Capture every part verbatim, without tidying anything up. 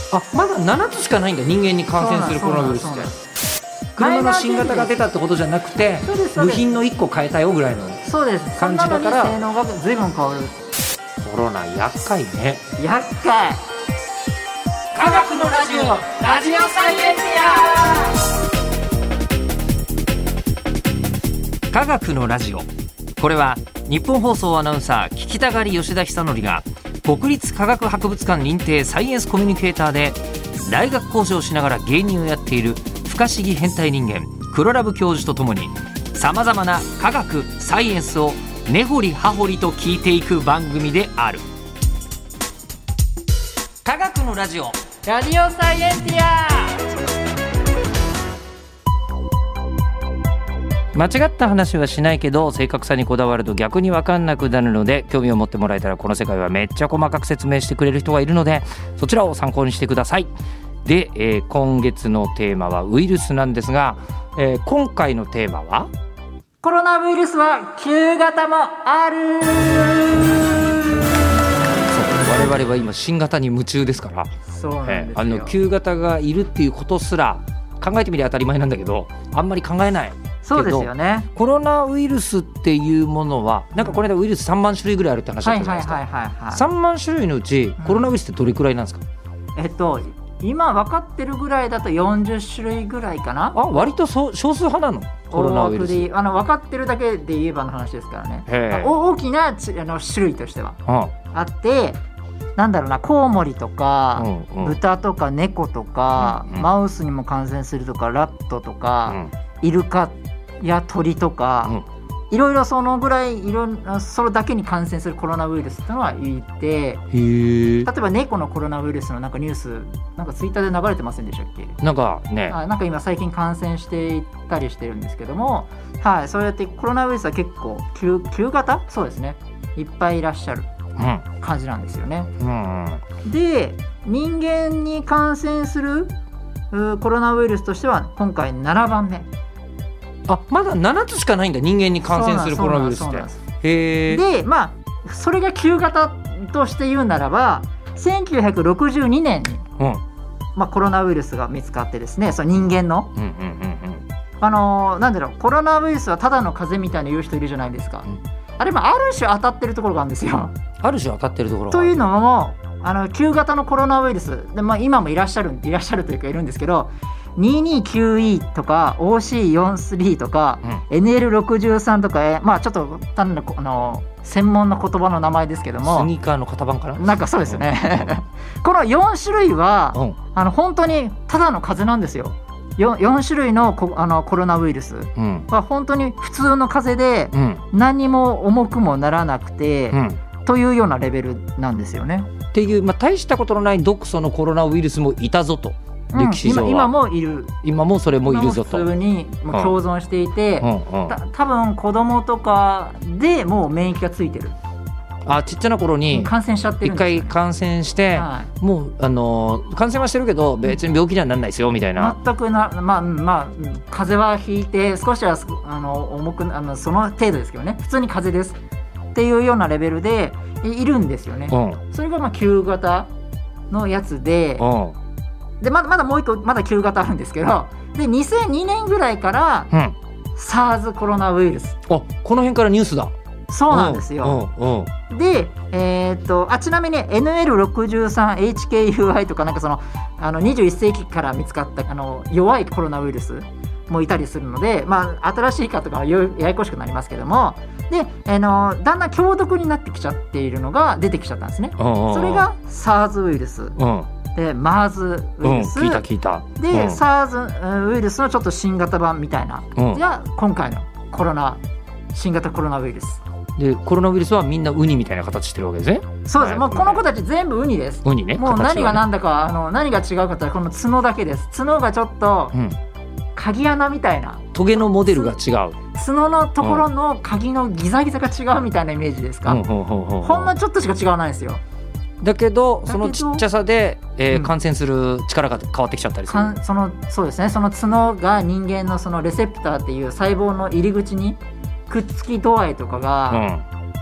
あ、まだななつしかないんだ、人間に感染するコロナウイルスって。車の新型が出たってことじゃなくて、部品のいっこ変えたよぐらいの感じだから、 性能が随分変わる。 コロナ厄介ね。 厄介。科学のラジオ、ラジオサイエンティア。科学のラジオ、これは日本放送アナウンサー聞きたがり吉田久典が国立科学博物館認定サイエンスコミュニケーターで大学講師をしながら芸人をやっている不可思議変態人間黒ラブ教授とともに、さまざまな科学サイエンスを根掘り葉掘りと聞いていく番組である。科学のラジオ、 ラジオサイエンティア。 間違った話はしないけど正確さにこだわると逆に分かんなくなるので、興味を持ってもらえたらこの世界はめっちゃ細かく説明してくれる人がいるので、そちらを参考にしてください。で、えー、今月のテーマはウイルスなんですが、えー、今回のテーマはコロナウイルスは旧型もある。 そう、我々は今新型に夢中ですから。 そうなんですよ、 えー、あの旧型がいるっていうことすら考えてみりゃ当たり前なんだけど、あんまり考えない。 そうですよね。 コロナウイルスっていうものはなんかこれでウイルスさんまん種類ぐらいあるって話だったじゃないですか。さんまん種類のうちコロナウイルスってどれくらいなんですか？ うん、えっと今分かってるぐらいだとよんじゅっしゅるいぐらいかな。 あ、割と少数派なのコロナウイルス。 あの分かってるだけで言えばの話ですからね。大きなあの種類としてはああって、なんだろうな、コウモリとか、うんうん、豚とか猫とか、うんうん、マウスにも感染するとか、ラットとか、うん、イルカや鳥とか、うん、いろいろそのぐらいいろそれだけに感染するコロナウイルスってのはいて、へ例えば猫のコロナウイルスのなんかニュースなんかツイッターで流れてませんでしたっけ？ なんかね、 あ、なんか今最近感染していったりしてるんですけども、はい、そうやってコロナウイルスは結構旧旧型、そうですね、いっぱいいらっしゃる感じなんですよね。うんうん、で、人間に感染するコロナウイルスとしては今回ななばんめ。 あ、まだななつしかないんだ、人間に感染するコロナウイルスって。へー。で、 まあそれが旧型として言うならば、せんきゅうひゃくろくじゅうにねんに、うんまあ、コロナウイルスが見つかってですね、その人間の、うんうんうんうん、あのー、なんだろう、コロナウイルスはただの風邪みたいな言う人いるじゃないですか。うん、あれもある種当たってるところがあるんですよ。ある種当たってるところというのも、あの旧型のコロナウイルスで、まあ、今もいらっしゃるいらっしゃるというかいるんですけど、にーにーきゅうイー とか オーシーよんじゅうさん とか、うん、エヌエルろくじゅうさん とか、えまあちょっと単なるあの専門の言葉の名前ですけども、 スニーカーの型番かな、 なんかそうですよね、うん、このよんしゅるいは、うん、あの本当にただの風邪なんですよ。 4, よん種類 の, こあのコロナウイルスは本当に普通の風邪で、うん、何も重くもならなくて、うん、というようなレベルなんですよね。 っていう、まあ、大したことのない毒素のコロナウイルスもいたぞと、歴史上は、 うん、今, 今もいる今もそれもいるぞと、 普通に共存していて、うんうん、た多分子供とかでもう免疫がついてる。 あ、ちっちゃな頃に感染しちゃってるんですよね。 一回感染して、はい、もうあの感染はしてるけど別に病気にはならないですよみたいな。 全くな、まあまあ風邪はひいて少しはあの重くあのその程度ですけどね、普通に風邪ですっていうようなレベルでいるんですよね。うん、それがまあ旧型のやつで、うん、で ま, まだもう一個まだ旧型あるんですけど、でにせんにねんぐらいから、うん、SARS コロナウイルス。 あ、この辺からニュースだ。 そうなんですよ。うんうん、で、えー、っとあちなみに エヌエルろくじゅうさんエイチケーユーアイ とかなんかそのあのにじゅういっせいきから見つかったあの弱いコロナウイルスもいたりするので、まあ、新しいかとかはややこしくなりますけども、で、あのだんだん強毒になってきちゃっているのが出てきちゃったんですね。うんうん、それが SARS ウイルス、うん、で MERS ウイルス、 うん、聞いた聞いた。 で、うん、SARS ウイルスのちょっと新型版みたいな、うん、じゃあ今回のコロナ新型コロナウイルスで、コロナウイルスはみんなウニみたいな形してるわけですね。 そうです、はい、もうこの子たち全部ウニです。 ウニね。 もう何が何だか、ね、あの何が違うかってこの角だけです。角がちょっと、うん、鍵穴みたいな、 トゲのモデルが違う、 角のところの鍵のギザギザが違うみたいなイメージですか、うん、ほんのちょっとしか違わないですよ。 だけどそのちっちゃさで、えーうん、感染する力が変わってきちゃったりする。 そのそうですね、その角が人間のそのレセプターっていう細胞の入り口にくっつき度合いとかが、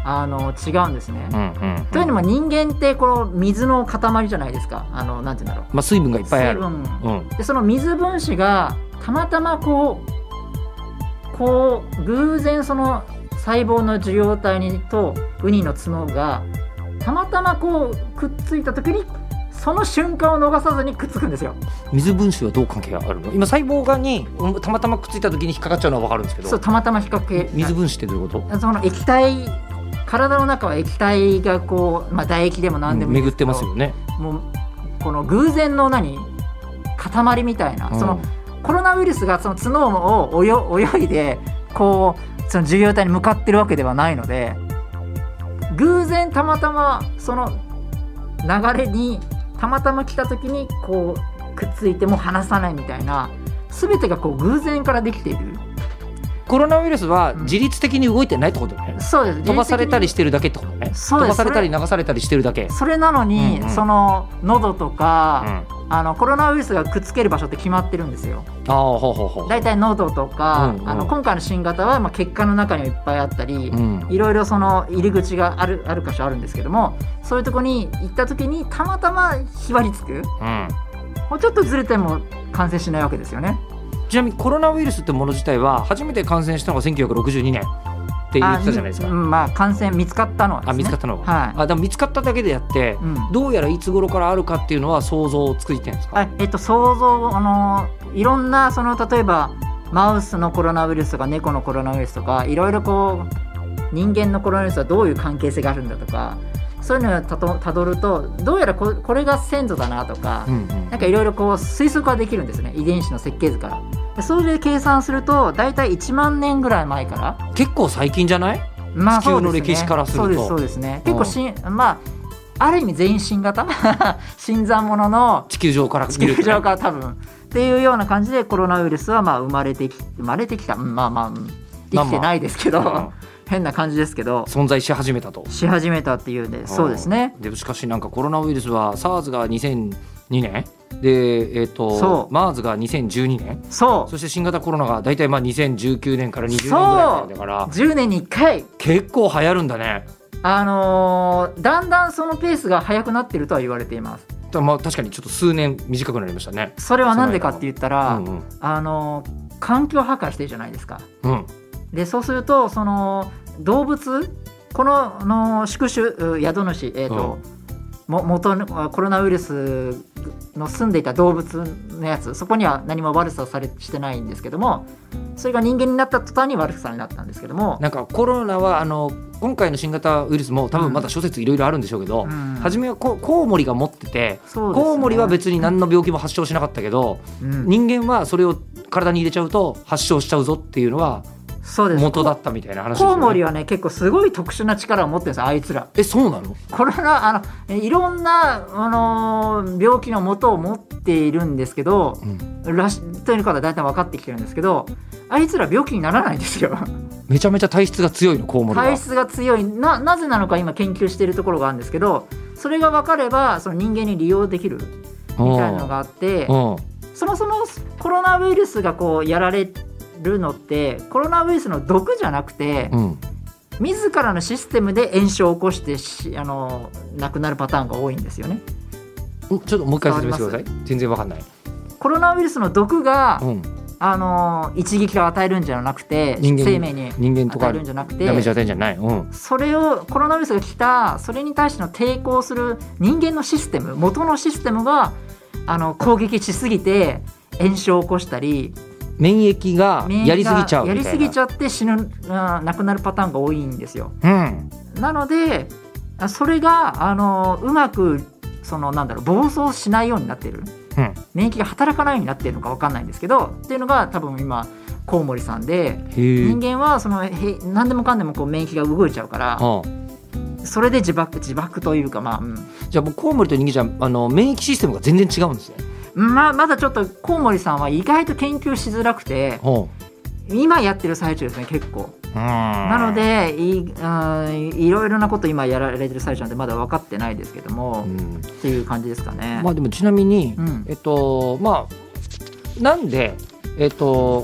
あの違うんですね、 うんうんうん、 というのも人間ってこの水の塊じゃないですか。あのなんていうんだろう、 まあ、水分がいっぱいある。 水分、 うん、 でその水分子がたまたまこうこう偶然その細胞の受容体にとウニの角がたまたまこうくっついた時にその瞬間を逃さずにくっつくんですよ。 水分子はどう関係があるの？今細胞がにたまたまくっついた時に引っかかっちゃうのは分かるんですけど、 そうたまたま引っ掛け、 水分子ってどういうこと？ その液体、体の中は液体がこう、まあ、唾液でも何でもいいんですけど、 巡ってますよね。 もうこの偶然の何塊みたいな、うん、そのコロナウイルスがその角を泳いでこうその受容体に向かってるわけではないので、偶然たまたまその流れにたまたま来た時にこうくっついても離さないみたいな、全てがこう偶然からできている。 コロナウイルスは自律的に動いてないってことね、うん、そうです。飛ばされたりしてるだけってことね。そうです。飛ばされたり流されたりしてるだけ。それなのに、うんうん、 その喉とか、うん、あのコロナウイルスがくっつける場所って決まってるんですよ。 あほうほうほう。 だいたい喉とか、うんうん、あの今回の新型はまあ血管の中にいっぱいあったり、うん、いろいろその入り口があるある箇所あるんですけども、そういうとこに行った時にたまたまひばりつく、うん、もうちょっとずれても感染しないわけですよね。 ちなみにコロナウイルスってもの自体は初めて感染したのがせんきゅうひゃくろくじゅうにねんって言ってたじゃないですか。 あ、まあ、感染見つかったのはですね。 あ見つかったのは、 はい、 あでも見つかっただけでやって、うん、どうやらいつ頃からあるかっていうのは想像をついてるんですか？ あ、えっと、想像あのいろんなその例えばマウスのコロナウイルスとか猫のコロナウイルスとかいろいろこう人間のコロナウイルスはどういう関係性があるんだとか、そういうのをたとたどるとどうやら こ, これが先祖だなとか、うんうん、なんかいろいろこう推測ができるんですね、遺伝子の設計図から。でそれで計算するとだいたいいちまんねんぐらい前から。 結構最近じゃない？まあ、地球の歴史からすると。 そうです、そうですね。結構し、うん、まあある意味全員新型新参者の地球上から見ると、ね、 地球上から多分っていうような感じでコロナウイルスはまあ生まれてき生まれてきた、うん、まあまあ生きてないですけど、まあまあ、変な感じですけど存在し始めたとし始めたっていうんで、そうですね。 でしかしなんかコロナウイルスは SARS がにせんにねんで、えー、と MERS がにせんじゅうにねん、 そうそして新型コロナがだいたいまあにせんじゅうきゅうねんからにじゅうねんぐらいだからじゅうねんにいっかい結構流行るんだね。 あのー、だんだんそのペースが速くなっているとは言われています。 まあ、確かにちょっと数年短くなりましたね。 それはなんでかって言ったら、うんうん、あのー、環境破壊してるじゃないですか、うん、でそうするとその動物このの宿主宿主、えーとうん、も元のコロナウイルスの住んでいた動物のやつ、そこには何も悪さされしてないんですけども、それが人間になった途端に悪さになったんですけども、 なんかコロナはあの今回の新型ウイルスも多分まだ諸説いろいろあるんでしょうけど、うん、初めはコウモリが持ってて、ね、コウモリは別に何の病気も発症しなかったけど、うん、人間はそれを体に入れちゃうと発症しちゃうぞっていうのはそうです元だったみたいな話ですよね。 コウモリはね結構すごい特殊な力を持ってるんですよ、あいつら。 えそうなの？ これはあのいろんな、あのー、病気の元を持っているんですけど、うん、らしという方は大体分かってきてるんですけど、あいつら病気にならないんですよ。 めちゃめちゃ体質が強いの、コウモリは。 体質が強い な, なぜなのか今研究しているところがあるんですけど、それが分かればその人間に利用できるみたいなのがあって、そもそもコロナウイルスがこうやられるのってコロナウイルスの毒じゃなくて、うん、自らのシステムで炎症を起こしてしあの亡くなるパターンが多いんですよね。 ちょっともう一回説明してください。全然わかんない。 コロナウイルスの毒が、うん、あの一撃を与えるんじゃなくて、生命に与えるんじゃなくて、 ダメージ与えるんじゃない、うん、 それをコロナウイルスが来たそれに対しての抵抗する人間のシステム、元のシステムがあの攻撃しすぎて炎症を起こしたり、 免疫がやりすぎちゃうみたいな、 やりすぎちゃって死ぬ亡くなるパターンが多いんですよ、うん、なのでそれがあのうまくそのなんだろう暴走しないようになっている、うん、免疫が働かないようになっているのか分かんないんですけどっていうのが多分今コウモリさんで、人間はそのへ何でもかんでもこう免疫が動いちゃうから、はあ、それで自爆自爆というか、まあ、うん、 じゃあもうコウモリと人間じゃあの免疫システムが全然違うんですね。 まあ、まだちょっとコウモリさんは意外と研究しづらくて、今やってる最中ですね結構。なので い, あいろいろなこと今やられてる最中なんでまだ分かってないですけども、うん、っていう感じですかね。 まあでもちなみに、うん、えっとまあなんでえっと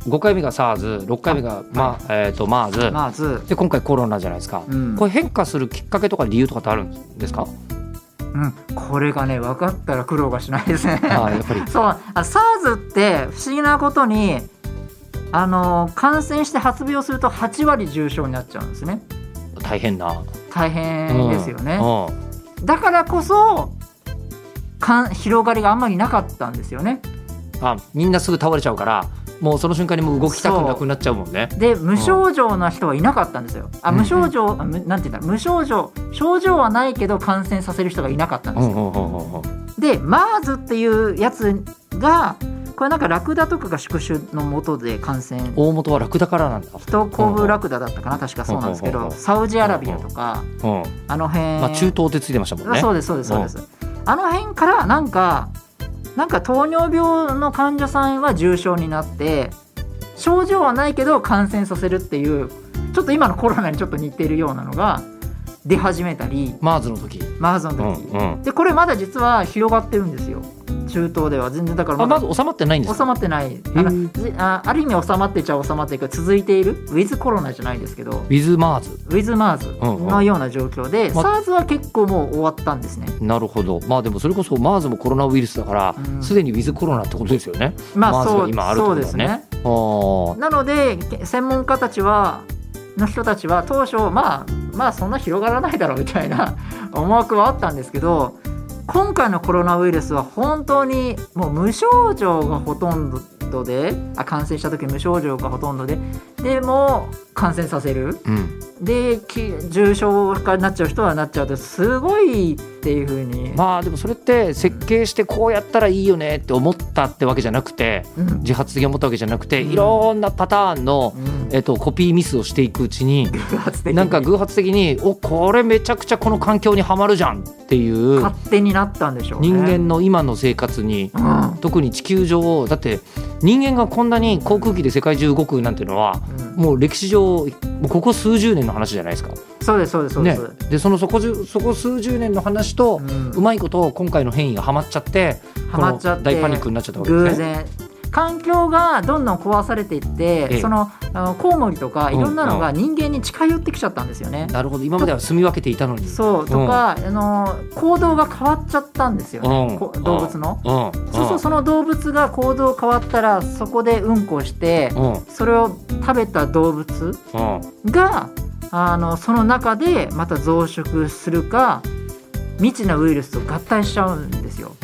ごかいめが SARS、ろっかいめが、まあえー、と MERS、 MERS で今回コロナじゃないですか、うん、これ変化するきっかけとか理由とかってあるんですか？ うん、これがね分かったら苦労がしないですね。 あやっぱりそうあ SARS って不思議なことにあの感染して発病するとはちわり重症になっちゃうんですね。 大変な大変ですよね、 うんうん、 だからこそかん広がりがあんまりなかったんですよね。 あみんなすぐ倒れちゃうからもうその瞬間にもう動きたくなくなっちゃうもんね。 で無症状な人はいなかったんですよ。あ無症状、うんうん、あなんて言うんだ無症状症状はないけど感染させる人がいなかったんですよ、うんうんうんうん、で MERS っていうやつがこれなんかラクダとかが宿主の元で感染大元はラクダからなんだ。 ヒトコブラクダだったかな確かそうなんですけど、うんうん、サウジアラビアとか、うんうん、あの辺、 まあ、中東ってついてましたもんね。 そうですそうですそうです、うん、あの辺からなんかなんか糖尿病の患者さんは重症になって症状はないけど感染させるっていうちょっと今のコロナにちょっと似ているようなのが出始めたり MERS の時 MERS の時、 うんうん、 でこれまだ実は広がってるんですよ。中東では全然だからまだあまず収まってないんですか？ 収まってない。あのあある意味収まってちゃ収まっていく続いているウィズコロナじゃないですけど with MERS with MERS のような状況で、うんうん、SARS は結構もう終わったんですね。 なるほど。まあでもそれこそ MERS もコロナウイルスだからすで、うん、に with コロナってことですよね。 まあそう、 今あるってことだね。 そうですね。なので専門家たちはの人たちは当初まあまあそんな広がらないだろうみたいな思惑はあったんですけど今回のコロナウイルスは本当にもう無症状がほとんどであ感染した時無症状がほとんどででも感染させる、うん、で重症化になっちゃう人はなっちゃうとすごいっていう風にまあでもそれって設計してこうやったらいいよねって思ったってわけじゃなくて、うん、自発的に思ったわけじゃなくて、うん、いろんなパターンの、うんえっと、コピーミスをしていくうちになんか偶発的におこれめちゃくちゃこの環境にはまるじゃんっていう勝手になったんでしょうね。 人間の今の生活に、うん、特に地球上だって人間がこんなに航空機で世界中動くなんていうのは、うん、もう歴史上ここ数十年の話じゃないですか。 そうですそうですそうです、ね、 でそのそこそこ数十年の話と、うん、うまいこと今回の変異がはまっちゃってはまっちゃって大パニックになっちゃったわけですね。 偶然環境がどんどん壊されていって、ええ、そのコウモリとかいろんなのが人間に近寄ってきちゃったんですよね、 うんうん、なるほど。今までは住み分けていたのにそうとか、うん、あの行動が変わっちゃったんですよね、うん、動物の、うんうん、そうそうその動物が行動変わったらそこでうんこして、うん、それを食べた動物が、うん、あのその中でまた増殖するか未知なウイルスと合体しちゃうんですよ、うん、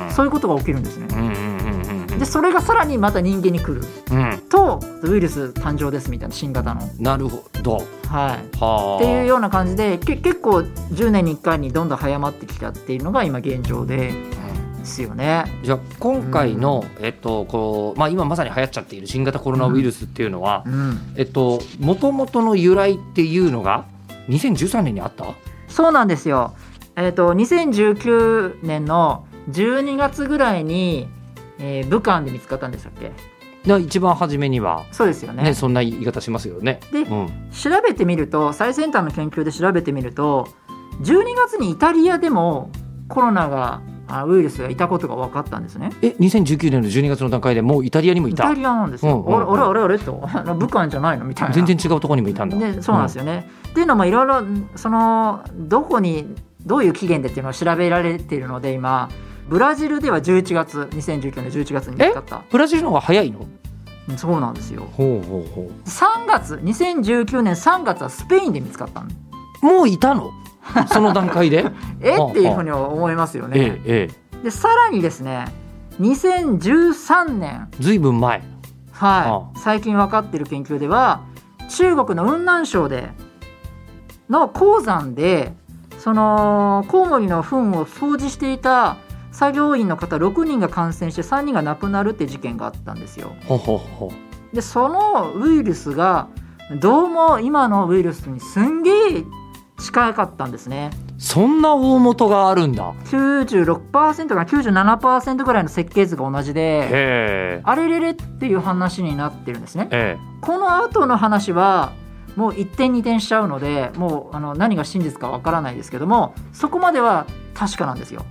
そういうことが起きるんですね、うんうんうんうん、でそれがさらにまた人間に来る、うん、とウイルス誕生ですみたいな新型のなるほど、 はい、はっていうような感じでけ結構じゅうねんにいっかいにどんどん早まってきたっていうのが今現状で、うん、ですよね。 じゃあ今回の、うんえっとこうまあ、今まさに流行っちゃっている新型コロナウイルスっていうのは、うんうんえっと、元々の由来っていうのがにせんじゅうさんねんにあった？ そうなんですよ。えー、とにせんじゅうきゅうねんのじゅうにがつぐらいに、えー、武漢で見つかったんでしたっけ？ で一番初めにはそうですよ ね, ねそんな言い方しますよね。 で、うん、調べてみると最先端の研究で調べてみるとじゅうにがつにイタリアでもコロナがウイルスがいたことが分かったんですね。 えにせんじゅうきゅうねんのじゅうにがつの段階でもうイタリアにもいた？ イタリアなんですよ、うんうんうん、あれあれあれと武漢じゃないのみたいな全然違うところにもいたんだ。 でそうなんですよね、うん、っていうのもいろいろそのどこにどういう期限でっていうのを調べられているので今ブラジルではじゅういちがつにせんじゅうきゅうねんじゅういちがつに見つかった。 えブラジルの方が早いの？ そうなんですよ。 ほうほうほう。 さんがつにせんじゅうきゅうねんさんがつはスペインで見つかったの。 もういたのその段階でえっていうふうに思いますよね。 えええでさらにですねにせんじゅうさんねんずいぶん前、 はい、最近分かっている研究では中国の雲南省での鉱山でそのコウモリの糞を掃除していた作業員の方ろくにんが感染してさんにんが亡くなるって事件があったんですよ。 ほほほでそのウイルスがどうも今のウイルスにすんげえ近かったんですね。 そんな大元があるんだ。 きゅうじゅうろくパーセント から きゅうじゅうななパーセント ぐらいの設計図が同じでへあれれれっていう話になってるんですね。 へこの後の話はもう一転二転しちゃうのでもうあの何が真実かわからないですけどもそこまでは確かなんですよ。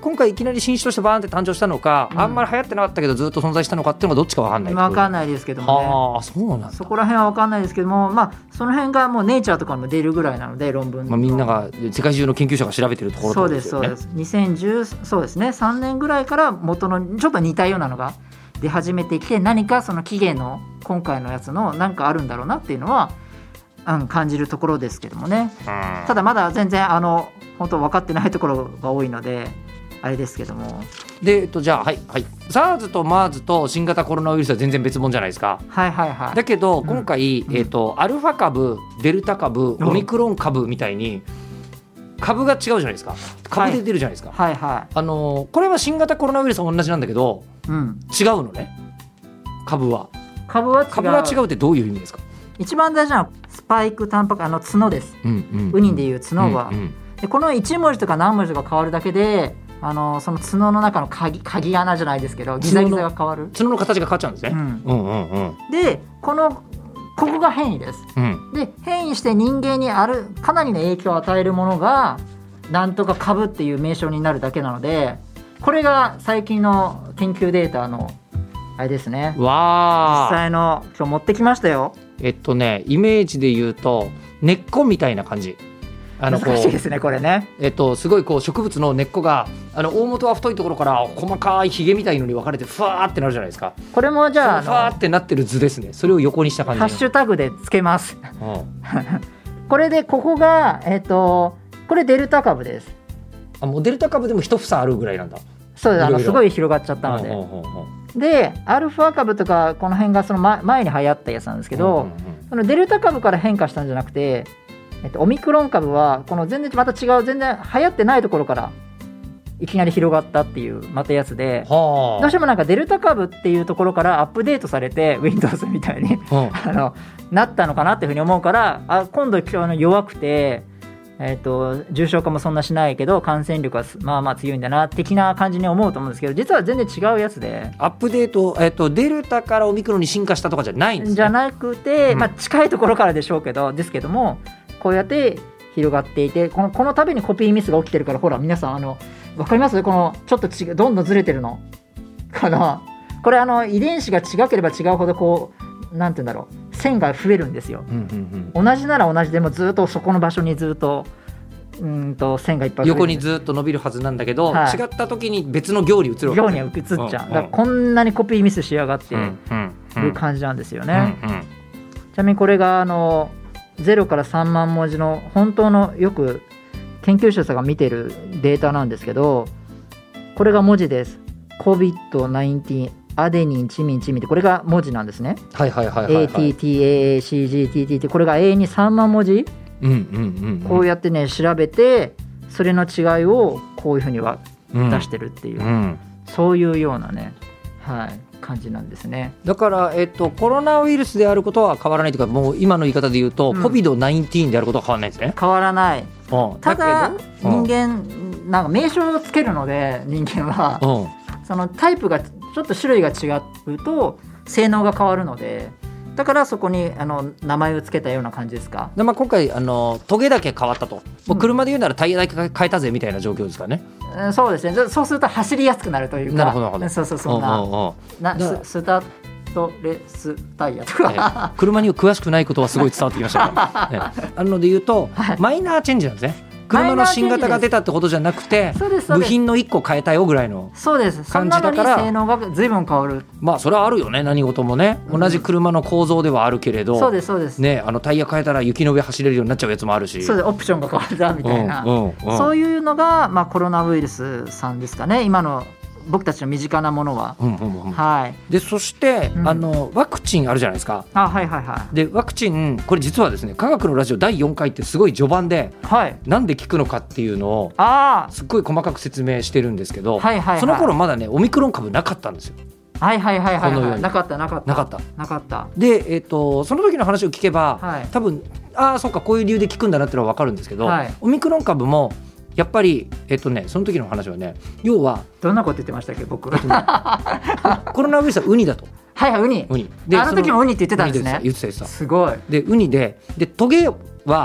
今回いきなり新種としてバーンって誕生したのか、 うん、 あんまり流行ってなかったけどずっと存在したのかっていうのがどっちか分かんない分かんないですけどもね。 あそうなんだ。 そこら辺は分かんないですけども、まあ、その辺がもうネイチャーとかにも出るぐらいなので論文の、 まあ、みんなが世界中の研究者が調べてるところそうですそうです。にせんじゅうそうですねさんねんぐらいから元のちょっと似たようなのが出始めてきて、何かその起源の今回のやつの何かあるんだろうなっていうのは、うん、感じるところですけどもね。ただまだ全然あの本当分かってないところが多いのであれですけども。 で、えっと、じゃあ、はいはい、SARS と MERS と新型コロナウイルスは全然別物じゃないですか。 はいはいはい。 だけど今回、 うんえっと、アルファ株デルタ株オミクロン株みたいに株が違うじゃないですか。株で出るじゃないですか、 はいはいはい、 あのこれは新型コロナウイルスは同じなんだけど、 うん、 違うのね。株は株は違う。 株は違うってどういう意味ですか。 一番大事なのはスパイクタンパクあの角です、うんうん、ウニでいう角は、うんうん、でこのいち文字とか何文字とか変わるだけであのその角の中の鍵、鍵穴じゃないですけどギザギザが変わる。 角の形が変わっちゃうんですね、 うんうんうんうん、でこのここが変異です、うん、で変異して人間にあるかなりの影響を与えるものがなんとか株っていう名称になるだけなので、これが最近の研究データのあれですね。 わ実際の今日持ってきましたよ。 えっとねイメージで言うと根っこみたいな感じ。あのこう難しいですねこれね。 えっとすごいこう植物の根っこがあの大元は太いところから細かいひげみたいのに分かれてふわーってなるじゃないですか。 これもじゃあふわーってなってる図ですね。それを横にした感じ。 ハッシュタグでつけます。これでここがえっとこれデルタ株です。 あもうデルタ株でも一房あるぐらいなんだ。 そうです。あのすごい広がっちゃったので。でアルファ株とかこの辺がその前に流行ったやつなんですけど、うんうんうん、そのデルタ株から変化したんじゃなくて、えっと、オミクロン株はこの全然また違う全然流行ってないところからいきなり広がったっていうまたやつで、どうしてもなんかデルタ株っていうところからアップデートされて Windows みたいにあのなったのかなっていうふうに思うから、あ今度今日弱くてえー、と重症化もそんなしないけど感染力はまあまあ強いんだな的な感じに思うと思うんですけど、実は全然違うやつでアップデート、えー、とデルタからオミクロンに進化したとかじゃないんですね。 じゃなくて、うんまあ、近いところからでしょうけどですけどもこうやって広がっていて、このこの度にコピーミスが起きてるから、ほら皆さんあの分かります？このちょっと違うどんどんずれてるのこのこれあの遺伝子が違ければ違うほどこうなんていうんだろう線が増えるんですよ、うんうんうん、同じなら同じでもずっとそこの場所にずっとうんと線がいっぱい横にずっと伸びるはずなんだけど、はい、違った時に別の行に移るわけ行には移っちゃう、うんうん、だからこんなにコピーミスしやがっていう感じなんですよね、うんうんうん、ちなみにこれがあのゼロからさんまん文字の本当のよく研究者さんが見てるデータなんですけど、これが文字です。 コビッドナインティーン アデニンチミンチミンってこれが文字なんですね。 はいはいはいはい、はい、エーティーティーエーエーシージーティーティー ってこれが永遠にさんまん文字、うんうんうんうん、こうやってね調べてそれの違いをこういうふうには出してるっていう、うんうん、そういうようなね、はい、感じなんですね。だから、えっと、コロナウイルスであることは変わらないというか、もう今の言い方で言うと、うん、コビッドナインティーン であることは変わらないですね。 変わらない、うん、ただ人間なんか名称をつけるので人間は、うん、そのタイプがちょっと種類が違うと性能が変わるので、だからそこにあの名前をつけたような感じですか。 で、まあ、今回あのトゲだけ変わったと、もう車で言うならタイヤだけ変えたぜみたいな状況ですかね、 うん、そうですね。そうすると走りやすくなるというか。 なるほどなるほど。 そうそうそんな、うんうんうん、なス, スタートレスタイヤとか、 はい、車に詳しくないことはすごい伝わってきましたから、ね、あるので言うと、はい、マイナーチェンジなんですね。車の新型が出たってことじゃなくて部品のいっこ変えたよぐらいの感じだから、そんなのに性能が随分変わる。 まあそれはあるよね、何事もね、同じ車の構造ではあるけれど、 うん、そうですそうです、 ね、あのタイヤ変えたら雪の上走れるようになっちゃうやつもあるし、 そうです、オプションが変わったみたいな、うんうんうん、そういうのが、まあ、コロナウイルスさんですかね、今の僕たちの身近なものは、うんうんうん、はい、 でそして、うん、あのワクチンあるじゃないですか。 あ、はいはいはい、 でワクチンこれ実はですね、科学のラジオだいよんかいってすごい序盤で、はい、なんで効くのかっていうのをあすっごい細かく説明してるんですけど、はいはいはい、その頃まだねオミクロン株なかったんですよ。 はいはいはいはい、はい、なかったなかったなかったなかったで、えーと、その時の話を聞けば、はい、多分ああそっかこういう理由で効くんだなってのは分かるんですけど、はい、オミクロン株もやっぱり、えっとね、その時の話はね、要はどんなこと言ってましたっけ僕、ね、 コロナウイルスはウニだと。 はいはい、ウニ、 ウニであの時もウニって言ってたんですね。 言ってた言ってた。 すごい。 でウニででトゲは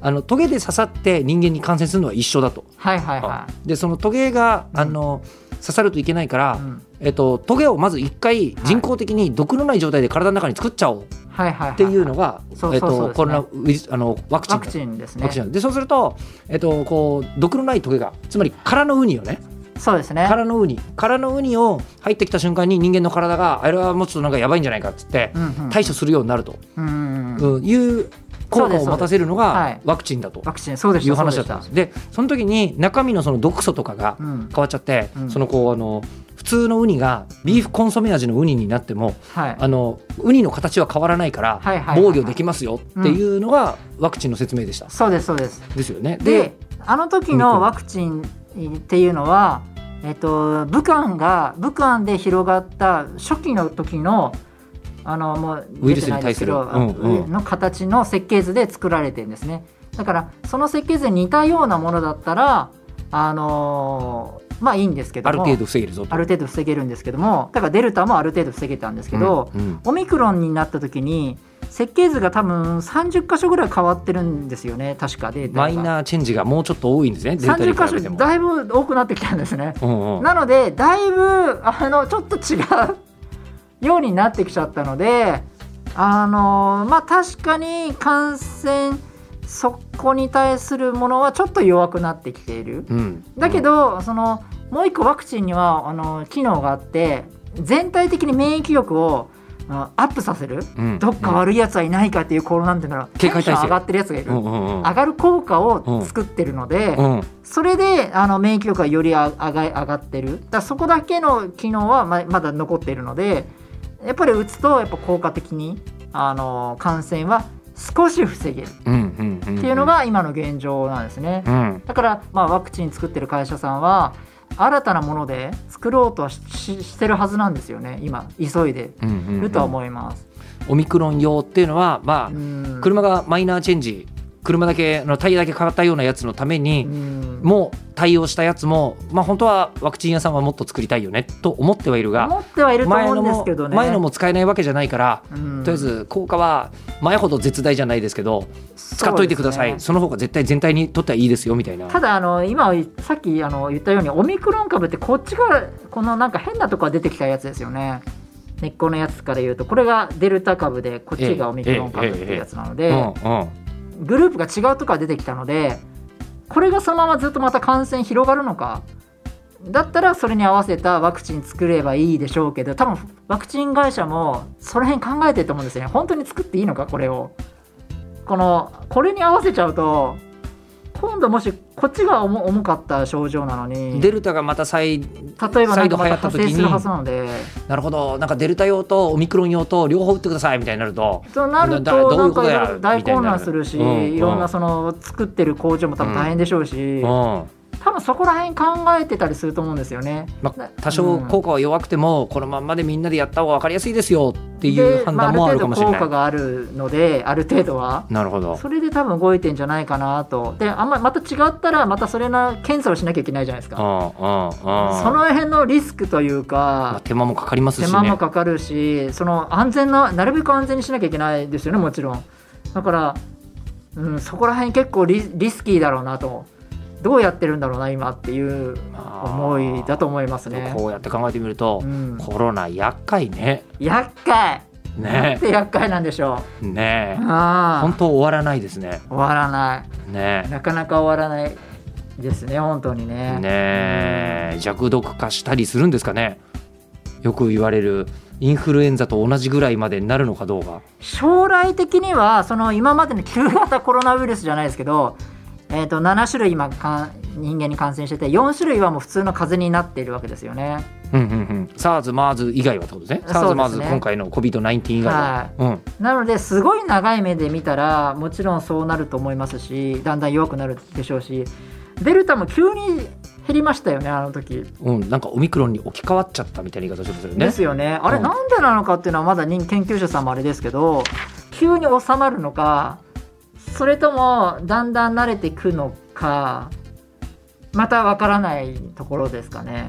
あのトゲで刺さって人間に感染するのは一緒だと。 はいはいはい。 でそのトゲが、うん、あの刺さるといけないから、うんえっと、トゲをまず一回人工的に毒のない状態で体の中に作っちゃおうっていうのがコロナウイルスあのワクチンワクチンですね。 ワクチンでそうすると、えっと、こう毒のないトゲがつまり空のウニをねそうですね空のウニ空のウニを入ってきた瞬間に人間の体があれはもうちょっとなんかやばいんじゃないかっつって対処するようになるという効果を持たせるのがワクチンだという話だったんです。でその時に中身のその毒素とかが変わっちゃって、うん、そのこうあの普通のウニがビーフコンソメ味のウニになっても、はい、あのウニの形は変わらないから防御できますよっていうのがワクチンの説明でした。 そうですそうですですよね。 であの時のワクチンっていうのは、えっと、武漢が武漢で広がった初期の時のあのもうウイルスに対する、うんうん、の形の設計図で作られてるんですね。だからその設計図に似たようなものだったらあのー、まあいいんですけどもある程度防げるぞとある程度防げるんですけどもだからデルタもある程度防げたんですけど、うんうん、オミクロンになった時に設計図が多分さんじゅっかしょぐらい変わってるんですよね確かデータがマイナーチェンジがもうちょっと多いんですね。デルタに比べてもさんじゅっかしょだいぶ多くなってきたんですね、 うんうん、 なのでだいぶあのちょっと違うようになってきちゃったのであのまあ確かに感染そこに対するものはちょっと弱くなってきている、 うん、 だけど、うん、そのもう一個ワクチンにはあの機能があって全体的に免疫力をアップさせる、うん、どっか悪いやつはいないかっていうこうなんていうんだろうテンション上がってるやつがいる、うんうんうん、上がる効果を作ってるので、 うん、 それであの免疫力がより上が、上がってるだからそこだけの機能は ま, まだ残っているのでやっぱり打つとやっぱ効果的にあの感染は少し防げるっていうのが今の現状なんですね、 うん、 だから、まあ、ワクチン作ってる会社さんは新たなもので作ろうとは し, してるはずなんですよね今急いでるとは思います、 うんうんうん、オミクロン用っていうのは、まあ、車がマイナーチェンジ車だけのタイヤだけ変わったようなやつのためにもう対応したやつも、まあ、本当はワクチン屋さんはもっと作りたいよねと思ってはいるが思ってはいると思うんですけどね前のも使えないわけじゃないからとりあえず効果は前ほど絶大じゃないですけど使っといてください そ,、ね、その方が絶対全体にとってはいいですよみたいな。 ただあの今さっきあの言ったようにオミクロン株ってこっちがこのなんか変なとこが出てきたやつですよね。根っこのやつから言うとこれがデルタ株でこっちがオミクロン株っていうやつなので、グループが違うところが出てきたのでこれがそのままずっとまた感染広がるのかだったらそれに合わせたワクチン作ればいいでしょうけど多分ワクチン会社もその辺考えてると思うんですよね。本当に作っていいのかこれをこのこれに合わせちゃうと今度もしこっちが 重, 重かった症状なのにデルタがまた再例えばなんかまた派生するはずなのでなるほどなんかデルタ用とオミクロン用と両方打ってくださいみたいになるとそうなるとなんか大混乱するし、うんうん、いろんなその作ってる工場も多分大変でしょうし、うんうん多分そこら辺考えてたりすると思うんですよね、 まあ、多少効果は弱くても、うん、このまんまでみんなでやった方が分かりやすいですよっていう判断もあるかもしれない、 まあ、ある程度効果があるのである程度はなるほどそれで多分動いてんじゃないかなとであんままた違ったらまたそれの検査をしなきゃいけないじゃないですか。 ああああその辺のリスクというか、 まあ、手間もかかりますしね手間もかかるしその安全ななるべく安全にしなきゃいけないですよねもちろんだから、うん、そこら辺結構 リ, リスキーだろうなとどうやってるんだろうな今っていう思いだと思いますね。 こうやって考えてみると、うん、コロナ厄介ね。 厄介ね。 なんて厄介なんでしょう。ね。あ本当終わらないですね。 終わらない。 ね。 なかなか終わらないですね本当にね。 ね、うん、弱毒化したりするんですかね。よく言われるインフルエンザと同じぐらいまでになるのかどうか。 将来的にはその今までの旧型コロナウイルスじゃないですけど。えー、となな種類今か人間に感染しててよん種類はもう普通の風邪になっているわけですよね。 うんうんうん、SARS、MERS 以外はってことですね。SARS、MERS 今回の コビッドナインティーン 以外は、 はいうん、なのですごい長い目で見たらもちろんそうなると思いますしだんだん弱くなるでしょうしデルタも急に減りましたよねあの時、 うん、なんかオミクロンに置き換わっちゃったみたいな言い方しますよね。 ですよねあれ、うん、なんでなのかっていうのはまだ研究者さんもあれですけど急に収まるのかそれともだんだん慣れていくのかまたわからないところですかね。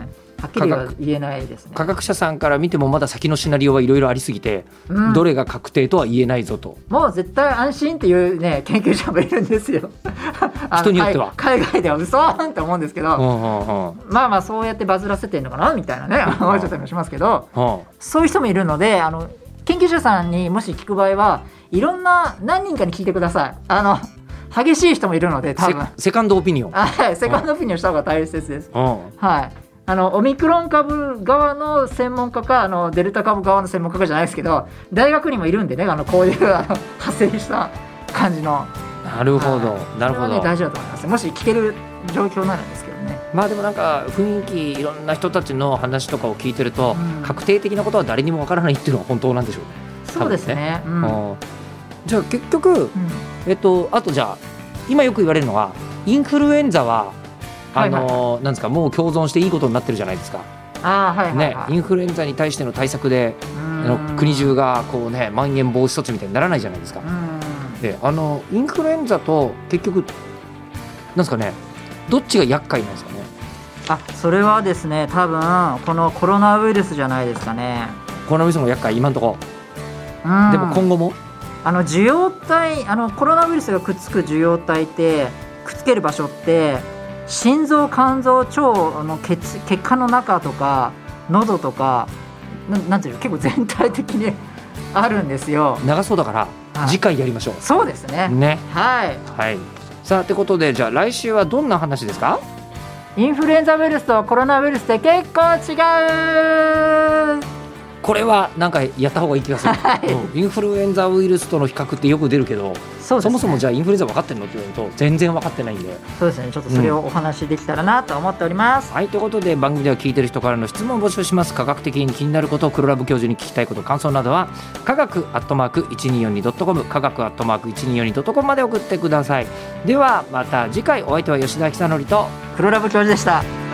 はっきりは言えないですね。 科学者さんから見てもまだ先のシナリオはいろいろありすぎて、うん、どれが確定とは言えないぞと。 もう絶対安心っていう、ね、研究者もいるんですよ人によっては海外では嘘ーんって思うんですけど、うんうんうん、まあまあそうやってバズらせてるのかなみたいなね思っちゃったりもしますけど、うん、そういう人もいるので、あの研究者さんにもし聞く場合はいろんな何人かに聞いてください。あの激しい人もいるので、多分セ, セカンドオピニオン、 はい、セカンドオピニオンした方が大切です、 うん、 はい。あのオミクロン株側の専門家かあのデルタ株側の専門家かじゃないですけど、大学にもいるんでね、あのこういうあの派生した感じの。 なるほど、なるほど、 ね、大事だと思います。もし聞ける状況ならですけどね。 まあでもなんか雰囲気、いろんな人たちの話とかを聞いてると、うん、確定的なことは誰にもわからないっていうのは本当なんでしょうね。 そうですね、うん、 じゃあ結局、うん、えっとあとじゃあ今よく言われるのはインフルエンザはあの、はいはい、なんですか、もう共存していいことになってるじゃないですか。 あ、はいはいはい、 ね、インフルエンザに対しての対策であの国中がこう、ね、まん延防止措置みたいにならないじゃないですか。で、あのインフルエンザと結局なんですかね、どっちが厄介なんですかね。 あ、それはですね、多分このコロナウイルスじゃないですかね。 コロナウイルスの厄介、今のところ。でも今後もあの受容体、あのコロナウイルスがくっつく受容体ってくっつける場所って心臓、肝臓、腸の 血, 血管の中とか喉とか な, なんていうの、結構全体的にあるんですよ。 長そうだから次回やりましょう。 そうですね。 ね、 はい、 はい。さあということで、じゃあ来週はどんな話ですか。 インフルエンザウイルスとコロナウイルスって結構違う。 これはなんかやった方がいい気がする、はい、うん、インフルエンザウイルスとの比較ってよく出るけど、 そ,、ね、そもそもじゃあインフルエンザ分かってるのって言われると全然分かってないんで、 そうですね、ちょっとそれをお話できたらなと思っております、 うん、はい。ということで番組では聞いてる人からの質問を募集します。科学的に気になること、黒ラブ教授に聞きたいこと、感想などは科学アットマーク いちにーよんにドットコム 科学アットマーク いちにーよんにドットコム まで送ってください。ではまた次回、お相手は吉田久典と黒ラブ教授でした。